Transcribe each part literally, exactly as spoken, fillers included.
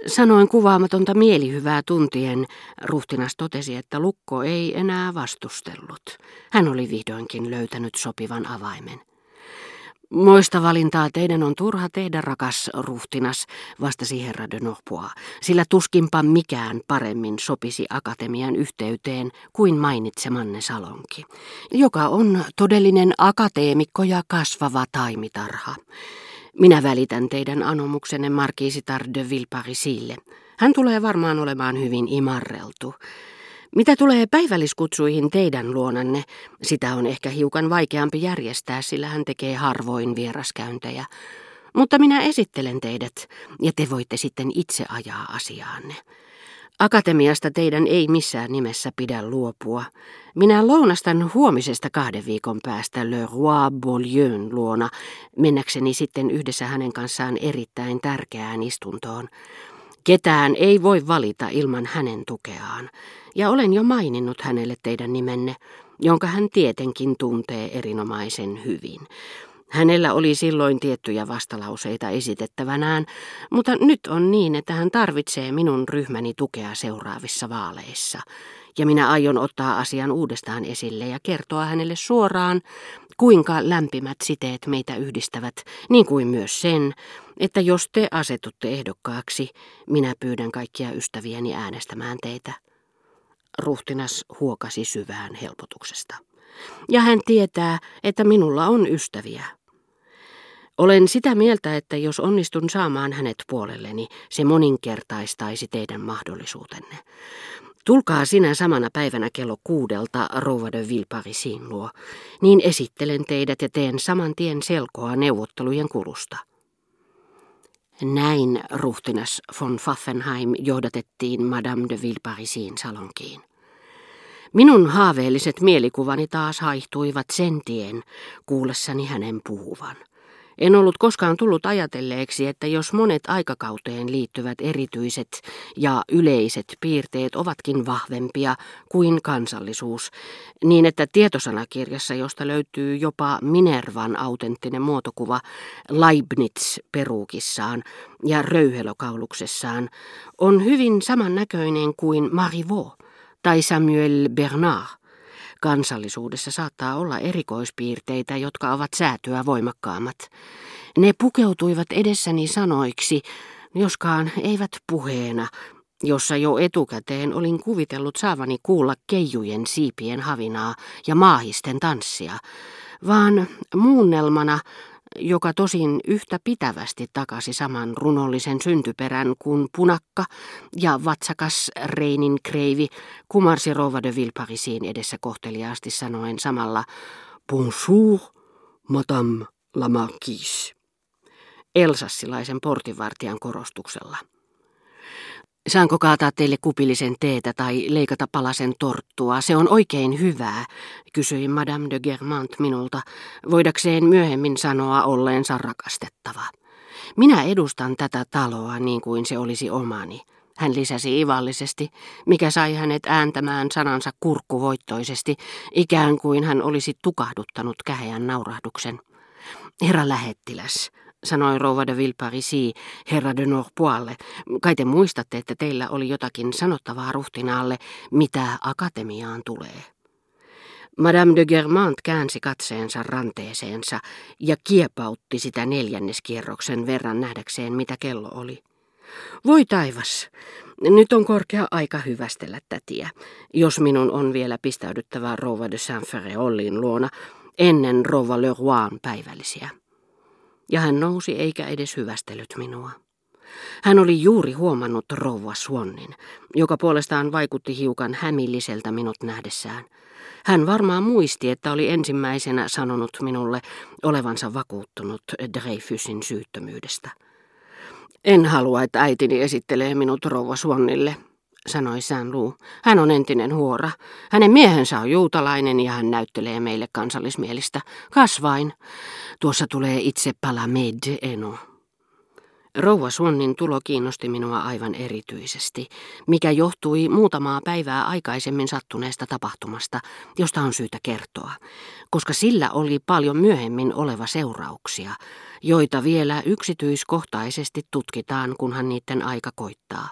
Sanoin kuvaamatonta mielihyvää tuntien, ruhtinas totesi, että Lukko ei enää vastustellut. Hän oli vihdoinkin löytänyt sopivan avaimen. Moista valintaa teidän on turha tehdä, rakas ruhtinas, vastasi herra de Norpois, sillä tuskinpa mikään paremmin sopisi akatemian yhteyteen kuin mainitsemanne salonki, joka on todellinen akateemikko ja kasvava taimitarha. Minä välitän teidän anomuksenne markiisitar de Villeparisille. Hän tulee varmaan olemaan hyvin imarreltu. Mitä tulee päivälliskutsuihin teidän luonanne, sitä on ehkä hiukan vaikeampi järjestää, sillä hän tekee harvoin vieraskäyntejä. Mutta minä esittelen teidät, ja te voitte sitten itse ajaa asiaanne. Akatemiasta teidän ei missään nimessä pidä luopua. Minä lounastan huomisesta kahden viikon päästä Le Roi Beaulieun luona, mennäkseni sitten yhdessä hänen kanssaan erittäin tärkeään istuntoon. Ketään ei voi valita ilman hänen tukeaan, ja olen jo maininnut hänelle teidän nimenne, jonka hän tietenkin tuntee erinomaisen hyvin. Hänellä oli silloin tiettyjä vastalauseita esitettävänään, mutta nyt on niin, että hän tarvitsee minun ryhmäni tukea seuraavissa vaaleissa. Ja minä aion ottaa asian uudestaan esille ja kertoa hänelle suoraan, kuinka lämpimät siteet meitä yhdistävät, niin kuin myös sen, että jos te asetutte ehdokkaaksi, minä pyydän kaikkia ystäviäni äänestämään teitä. Ruhtinas huokasi syvään helpotuksesta. Ja hän tietää, että minulla on ystäviä. Olen sitä mieltä, että jos onnistun saamaan hänet puolelleni, se moninkertaistaisi teidän mahdollisuutenne. Tulkaa sinä samana päivänä kello kuudelta rouva de Villeparisin luo, niin esittelen teidät ja teen saman tien selkoa neuvottelujen kulusta. Näin ruhtinas von Pfaffenheim johdatettiin Madame de Villeparisin salonkiin. Minun haaveelliset mielikuvani taas haihtuivat sen tien, kuullessani hänen puhuvan. En ollut koskaan tullut ajatelleeksi, että jos monet aikakauteen liittyvät erityiset ja yleiset piirteet ovatkin vahvempia kuin kansallisuus, niin että tietosanakirjassa, josta löytyy jopa Minervan autenttinen muotokuva Leibniz peruukissaan ja röyhelökauluksessaan, on hyvin samannäköinen kuin Marivaux tai Samuel Bernard. Kansallisuudessa saattaa olla erikoispiirteitä, jotka ovat säätyä voimakkaammat. Ne pukeutuivat edessäni sanoiksi, joskaan eivät puheena, jossa jo etukäteen olin kuvitellut saavani kuulla keijujen siipien havinaa ja maahisten tanssia, vaan muunnelmana, joka tosin yhtä pitävästi takasi saman runollisen syntyperän kuin punakka ja vatsakas Reinin kreivi, kumarsi rouva de Villeparisin edessä kohteliaasti sanoen samalla Bonjour, Madame la Marquise, elsassilaisen portinvartijan korostuksella. Saanko kaataa teille kupillisen teetä tai leikata palasen torttua? Se on oikein hyvää, kysyi Madame de Guermantes minulta, voidakseen myöhemmin sanoa olleensa rakastettava. Minä edustan tätä taloa niin kuin se olisi omani, hän lisäsi ivallisesti, mikä sai hänet ääntämään sanansa kurkkuvoittoisesti, ikään kuin hän olisi tukahduttanut käheän naurahduksen. Herra lähettiläs, sanoi rouva de Villeparisis herra de Norpoislle, kai te muistatte, että teillä oli jotakin sanottavaa ruhtinaalle, mitä akatemiaan tulee. Madame de Guermantes käänsi katseensa ranteeseensa ja kiepautti sitä neljänneskierroksen verran nähdäkseen, mitä kello oli. Voi taivas, nyt on korkea aika hyvästellä tätiä, jos minun on vielä pistäydyttävä rouva de Saint-Ferréollin luona ennen rouva Leroyn päivällisiä. Ja hän nousi eikä edes hyvästellyt minua. Hän oli juuri huomannut rouva Swannin, joka puolestaan vaikutti hiukan hämilliseltä minut nähdessään. Hän varmaan muisti, että oli ensimmäisenä sanonut minulle olevansa vakuuttunut Dreyfusin syyttömyydestä. En halua, että äitini esittelee minut rouva Swannille, sanoi Saint-Loup. Hän on entinen huora. Hänen miehensä on juutalainen ja hän näyttelee meille kansallismielistä. Kas vain. Tuossa tulee itse Palamede Eno. Rouva Swannin tulo kiinnosti minua aivan erityisesti, mikä johtui muutamaa päivää aikaisemmin sattuneesta tapahtumasta, josta on syytä kertoa, koska sillä oli paljon myöhemmin oleva seurauksia, joita vielä yksityiskohtaisesti tutkitaan, kunhan niiden aika koittaa.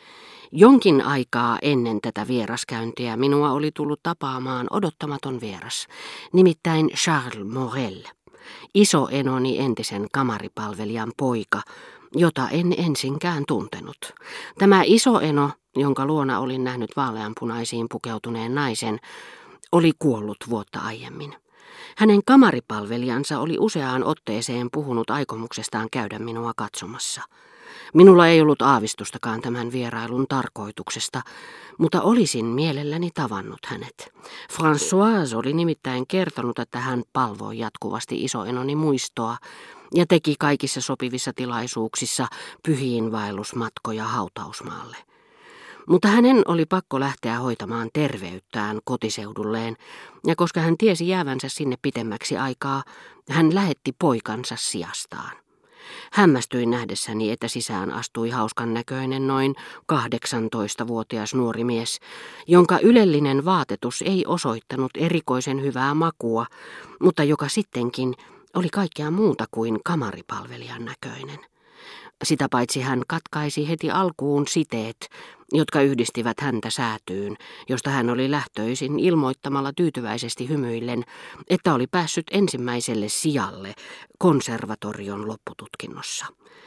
Jonkin aikaa ennen tätä vieraskäyntiä minua oli tullut tapaamaan odottamaton vieras, nimittäin Charles Morel, isoenoni entisen kamaripalvelijan poika, jota en ensinkään tuntenut. Tämä isoeno, jonka luona olin nähnyt vaaleanpunaisiin pukeutuneen naisen, oli kuollut vuotta aiemmin. Hänen kamaripalvelijansa oli useaan otteeseen puhunut aikomuksestaan käydä minua katsomassa. Minulla ei ollut aavistustakaan tämän vierailun tarkoituksesta, mutta olisin mielelläni tavannut hänet. Françoise oli nimittäin kertonut, että hän palvoi jatkuvasti isoenoni muistoa ja teki kaikissa sopivissa tilaisuuksissa pyhiinvaellusmatkoja hautausmaalle. Mutta hänen oli pakko lähteä hoitamaan terveyttään kotiseudulleen, ja koska hän tiesi jäävänsä sinne pitemmäksi aikaa, hän lähetti poikansa sijastaan. Hämmästyin nähdessäni, että sisään astui hauskan näköinen noin kahdeksantoistavuotias nuori mies, jonka ylellinen vaatetus ei osoittanut erikoisen hyvää makua, mutta joka sittenkin oli kaikkea muuta kuin kamaripalvelijan näköinen. Sitä paitsi hän katkaisi heti alkuun siteet, jotka yhdistivät häntä säätyyn, josta hän oli lähtöisin ilmoittamalla tyytyväisesti hymyillen, että oli päässyt ensimmäiselle sijalle konservatorion loppututkinnossa.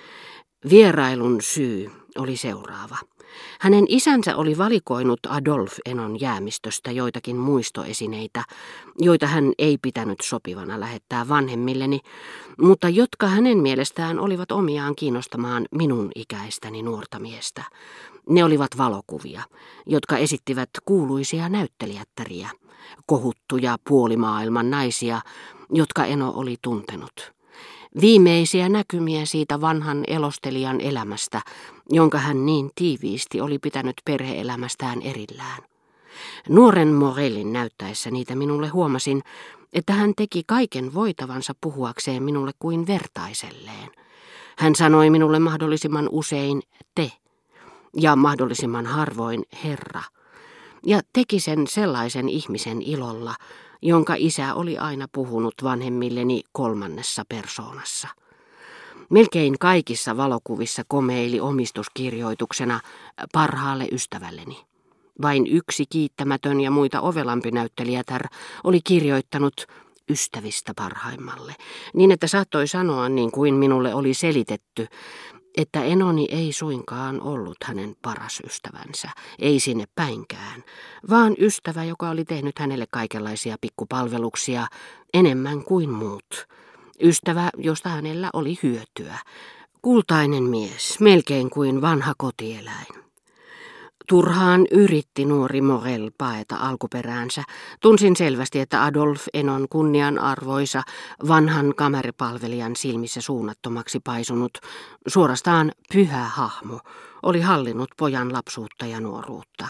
Vierailun syy oli seuraava. Hänen isänsä oli valikoinut Adolphe-enon jäämistöstä joitakin muistoesineitä, joita hän ei pitänyt sopivana lähettää vanhemmilleni, mutta jotka hänen mielestään olivat omiaan kiinnostamaan minun ikäistäni nuorta miestä. Ne olivat valokuvia, jotka esittivät kuuluisia näyttelijättäriä, kohuttuja puolimaailman naisia, jotka eno oli tuntenut. Viimeisiä näkymiä siitä vanhan elostelijan elämästä, jonka hän niin tiiviisti oli pitänyt perhe-elämästään erillään. Nuoren Morellin näyttäessä niitä minulle huomasin, että hän teki kaiken voitavansa puhuakseen minulle kuin vertaiselleen. Hän sanoi minulle mahdollisimman usein te ja mahdollisimman harvoin herra, ja teki sen sellaisen ihmisen ilolla, jonka isä oli aina puhunut vanhemmilleni kolmannessa persoonassa. Melkein kaikissa valokuvissa komeili omistuskirjoituksena parhaalle ystävälleni. Vain yksi kiittämätön ja muita ovelampi näyttelijätär oli kirjoittanut ystävistä parhaimmalle, niin että saattoi sanoa niin kuin minulle oli selitetty, että enoni ei suinkaan ollut hänen paras ystävänsä, ei sinne päinkään, vaan ystävä, joka oli tehnyt hänelle kaikenlaisia pikkupalveluksia enemmän kuin muut. Ystävä, josta hänellä oli hyötyä. Kultainen mies, melkein kuin vanha kotieläin. Turhaan yritti nuori Morel paeta alkuperäänsä. Tunsin selvästi, että Adolphe-enon kunnianarvoisa, vanhan kameripalvelijan silmissä suunnattomaksi paisunut, suorastaan pyhä hahmo, oli hallinnut pojan lapsuutta ja nuoruutta.